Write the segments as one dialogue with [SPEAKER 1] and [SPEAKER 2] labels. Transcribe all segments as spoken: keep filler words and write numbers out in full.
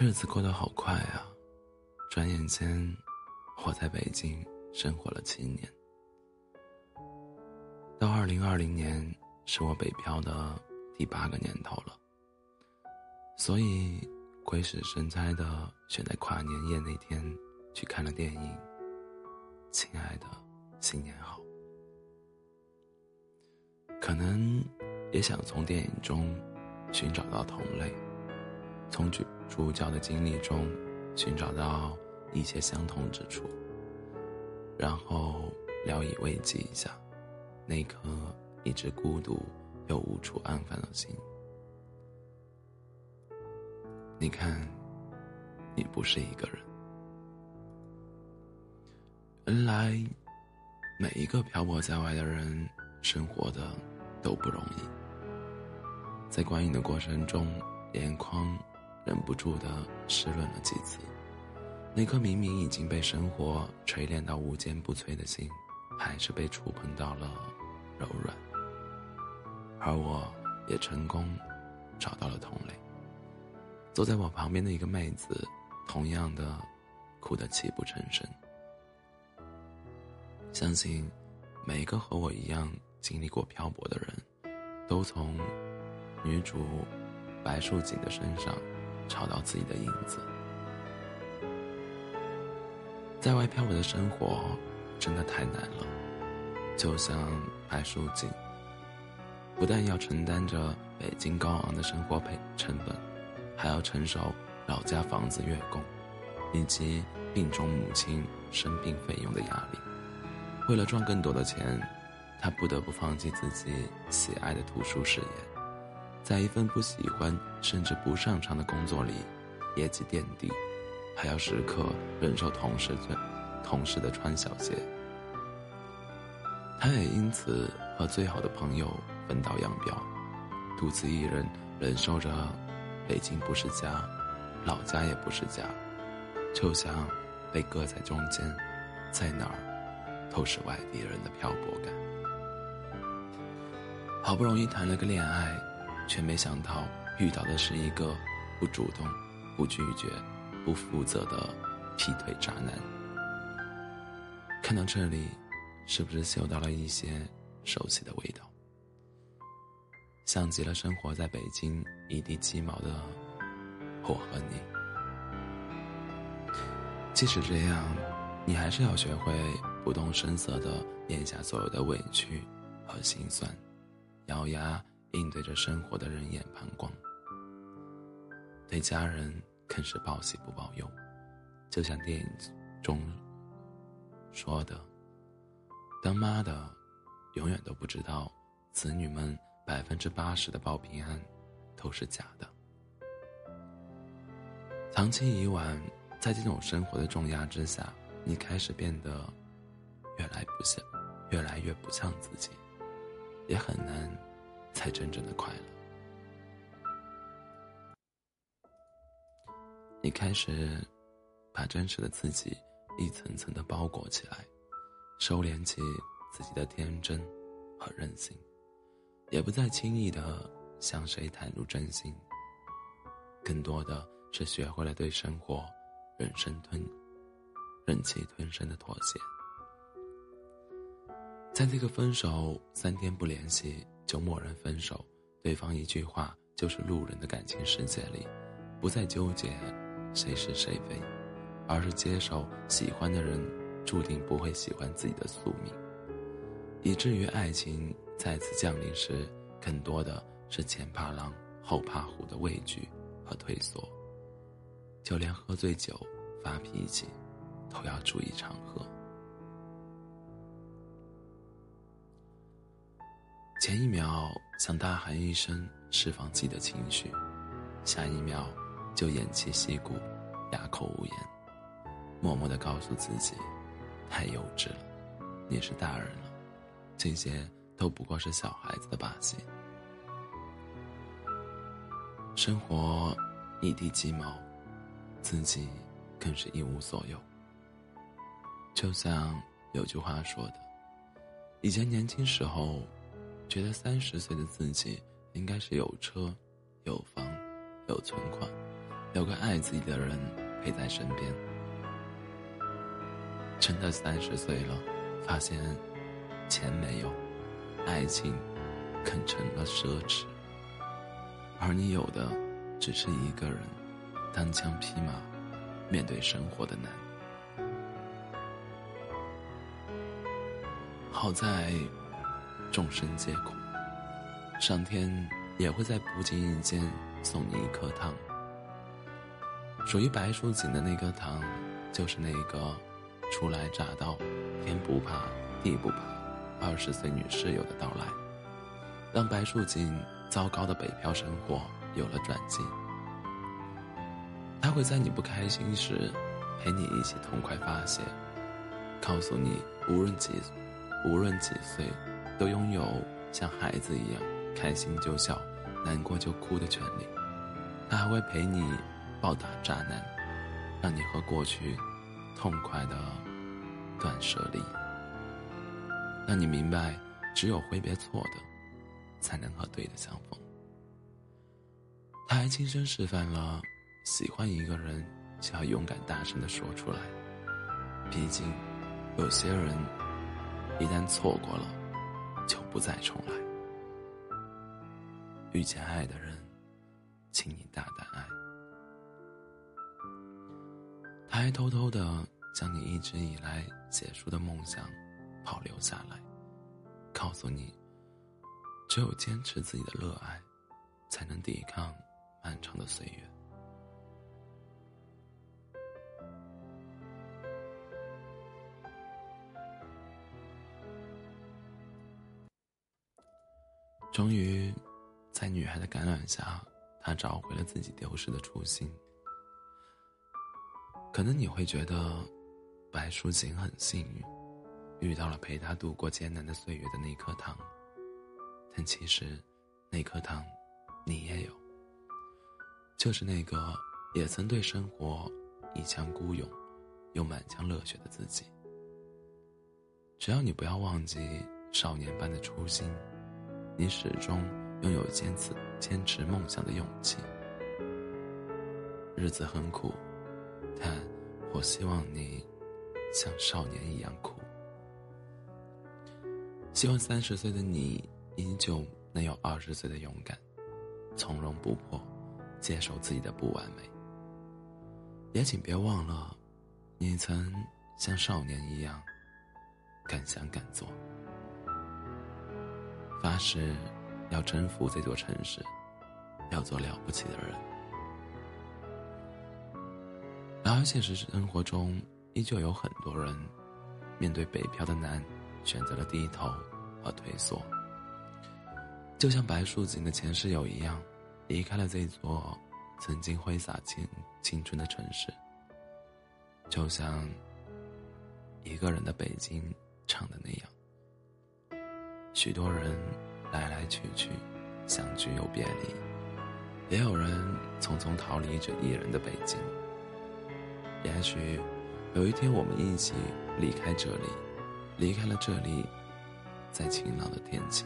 [SPEAKER 1] 日子过得好快啊，转眼间我在北京生活了七年。到二零二零年是我北漂的第八个年头了，所以鬼使神差的选在跨年夜那天去看了电影《亲爱的，新年好》。可能也想从电影中寻找到同类，从主主角的经历中寻找到一些相同之处，然后聊以慰藉一下那颗一直孤独又无处安放的心。你看，你不是一个人。原来每一个漂泊在外的人生活的都不容易。在观影的过程中，眼眶忍不住地湿润了几次，那颗明明已经被生活锤炼到无坚不摧的心，还是被触碰到了柔软。而我也成功找到了同类。坐在我旁边的一个妹子，同样的哭得泣不成声。相信每一个和我一样经历过漂泊的人，都从女主白素锦的身上找到自己的影子。在外漂泊的生活真的太难了，就像白素锦，不但要承担着北京高昂的生活费成本，还要承受老家房子月供，以及病重母亲生病费用的压力。为了赚更多的钱，他不得不放弃自己喜爱的图书事业，在一份不喜欢甚至不擅长的工作里业绩垫底，还要时刻忍受同事同事的穿小鞋。他也因此和最好的朋友分道扬镳，独自一人忍受着北京不是家，老家也不是家，就像被搁在中间，在哪儿都是外地人的漂泊感。好不容易谈了个恋爱，却没想到遇到的是一个不主动、不拒绝、不负责的劈腿渣男。看到这里，是不是嗅到了一些熟悉的味道？像极了生活在北京一地鸡毛的我和你。即使这样，你还是要学会不动声色地咽下所有的委屈和心酸，咬牙应对着生活的人眼旁光。对家人更是报喜不报忧，就像电影中说的，当妈的永远都不知道子女们百分之八十的报平安都是假的。长期以往，在这种生活的重压之下，你开始变得越来不像越来越不像自己，也很难才真正的快乐。你开始把真实的自己一层层的包裹起来，收敛起自己的天真和任性，也不再轻易的向谁袒露真心，更多的是学会了对生活忍声吞忍气吞声的妥协。在这个分手三天不联系就默认分手，对方一句话就是路人的感情世界里，不再纠结谁是谁非，而是接受喜欢的人注定不会喜欢自己的宿命，以至于爱情再次降临时，更多的是前怕狼后怕虎的畏惧和退缩。就连喝醉酒发脾气都要注意场合。前一秒想大喊一声释放自己的情绪，下一秒就偃旗息鼓，哑口无言，默默地告诉自己太幼稚了，你是大人了，这些都不过是小孩子的把戏。生活一地鸡毛，自己更是一无所有。就像有句话说的，以前年轻时候觉得三十岁的自己应该是有车有房有存款， 有个爱自己的人陪在身边。真的三十岁了，发现钱没有，爱情更成了奢侈，而你有的只是一个人单枪匹马面对生活的难。好在众生皆苦，上天也会在不经意间送你一颗糖。属于白淑锦的那颗糖，就是那个初来乍到天不怕地不怕二十岁女室友的到来，让白淑锦糟糕的北漂生活有了转机。她会在你不开心时陪你一起痛快发泄，告诉你无论几无论几岁都拥有像孩子一样开心就笑难过就哭的权利。她还会陪你暴打渣男，让你和过去痛快的断舍离，让你明白只有挥别错的才能和对的相逢。他还亲身示范了喜欢一个人就要勇敢大声地说出来，毕竟有些人一旦错过了就不再重来。遇见爱的人，请你大胆爱。他还偷偷地将你一直以来写书的梦想保留下来，告诉你只有坚持自己的热爱，才能抵抗漫长的岁月。终于在女孩的感染下，他找回了自己丢失的初心。可能你会觉得白淑锦很幸运，遇到了陪他度过艰难的岁月的那颗糖，但其实那颗糖你也有，就是那个也曾对生活一腔孤勇又满腔热血的自己。只要你不要忘记少年般的初心，你始终拥有坚持坚持梦想的勇气。日子很苦，但我希望你像少年一样苦。希望三十岁的你依旧能有二十岁的勇敢，从容不迫，接受自己的不完美。也请别忘了，你曾像少年一样敢想敢做。发誓要征服这座城市，要做了不起的人。然而现实生活中依旧有很多人面对北漂的难选择了低头和退缩，就像白淑锦的前室友一样，离开了这座曾经挥洒青青春的城市。就像一个人的北京唱的那样，许多人来来去去，相聚又别离，也有人匆匆逃离着一人的北京。也许有一天我们一起离开这里，离开了这里在晴朗的天气。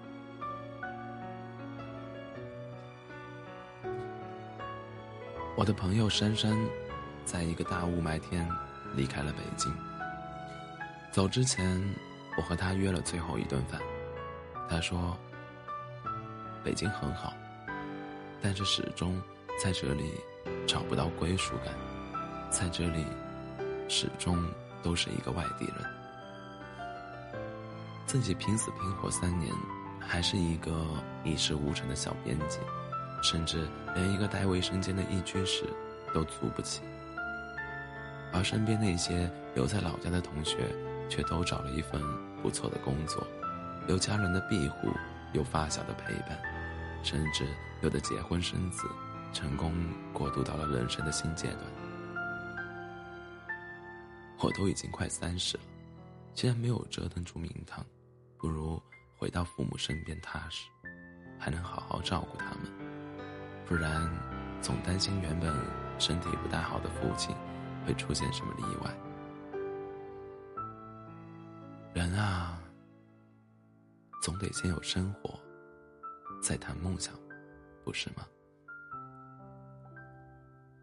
[SPEAKER 1] 我的朋友珊珊在一个大雾霾天离开了北京，走之前我和他约了最后一顿饭。他说北京很好，但是始终在这里找不到归属感，在这里始终都是一个外地人。自己拼死拼活三年，还是一个一事无成的小编辑，甚至连一个带卫生间的一居室都租不起。而身边那些留在老家的同学却都找了一份不错的工作，有家人的庇护，有发小的陪伴，甚至有的结婚生子，成功过渡到了人生的新阶段。我都已经快三十了，既然没有折腾出名堂，不如回到父母身边踏实，还能好好照顾他们。不然总担心原本身体不太好的父亲会出现什么意外。人啊，总得先有生活，再谈梦想，不是吗？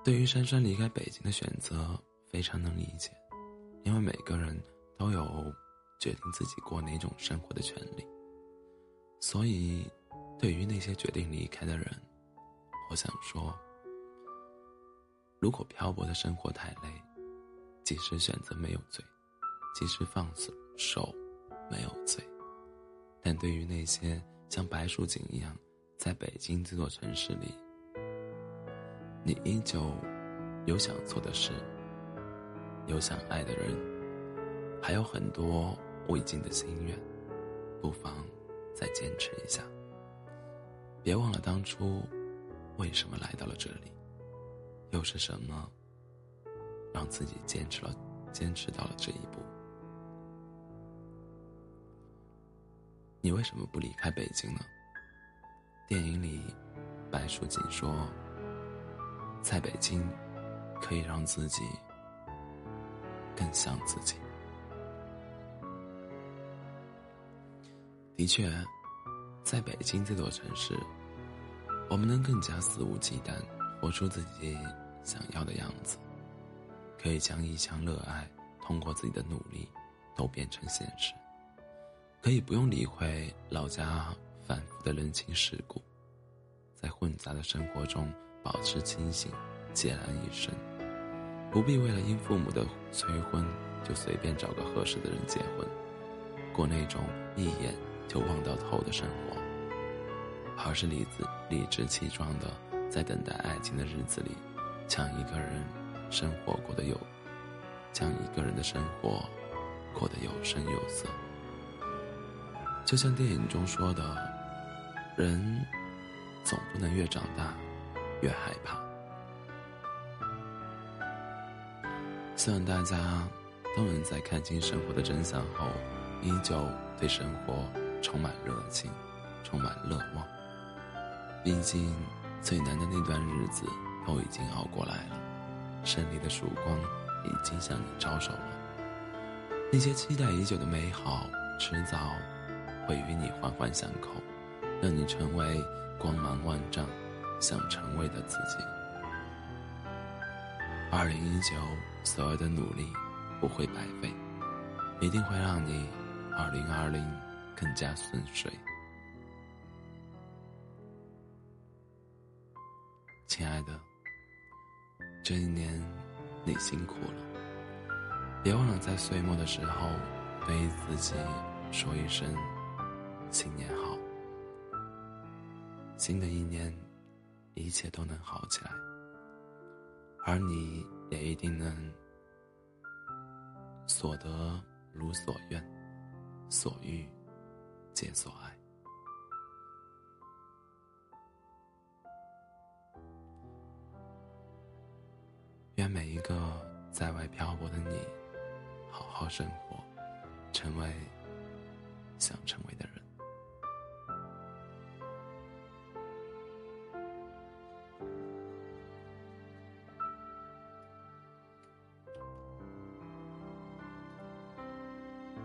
[SPEAKER 1] 对于珊珊离开北京的选择，非常能理解，因为每个人都有决定自己过哪种生活的权利。所以，对于那些决定离开的人，我想说，如果漂泊的生活太累，即使选择没有罪，即使放手没有罪，但对于那些像白淑锦一样在北京这座城市里，你依旧有想做的事，有想爱的人，还有很多未尽的心愿，不妨再坚持一下。别忘了当初为什么来到了这里，又是什么让自己坚持了坚持到了这一步。你为什么不离开北京呢？电影里白淑锦说，在北京可以让自己更像自己。的确，在北京这座城市，我们能更加肆无忌惮活出自己想要的样子，可以将一腔热爱通过自己的努力都变成现实，可以不用理会老家反复的人情世故，在混杂的生活中保持清醒，孑然一身，不必为了因父母的催婚就随便找个合适的人结婚，过那种一眼就望到头的生活，而是理智理直气壮的在等待爱情的日子里，将一个人生活过得有将一个人的生活过得有声有色。就像电影中说的，人总不能越长大越害怕。希望大家都能在看清生活的真相后，依旧对生活充满热情，充满乐望。毕竟最难的那段日子都已经熬过来了，胜利的曙光已经向你招手了。那些期待已久的美好，迟早会与你环环相扣，让你成为光芒万丈想成为的自己。二零一九所有的努力不会白费，一定会让你二零二零更加顺遂。亲爱的，这一年你辛苦了，别忘了在岁末的时候对自己说一声新年好。新的一年一切都能好起来，而你也一定能所得如所愿，所欲皆所爱。愿每一个在外漂泊的你好好生活，成为想成为的人。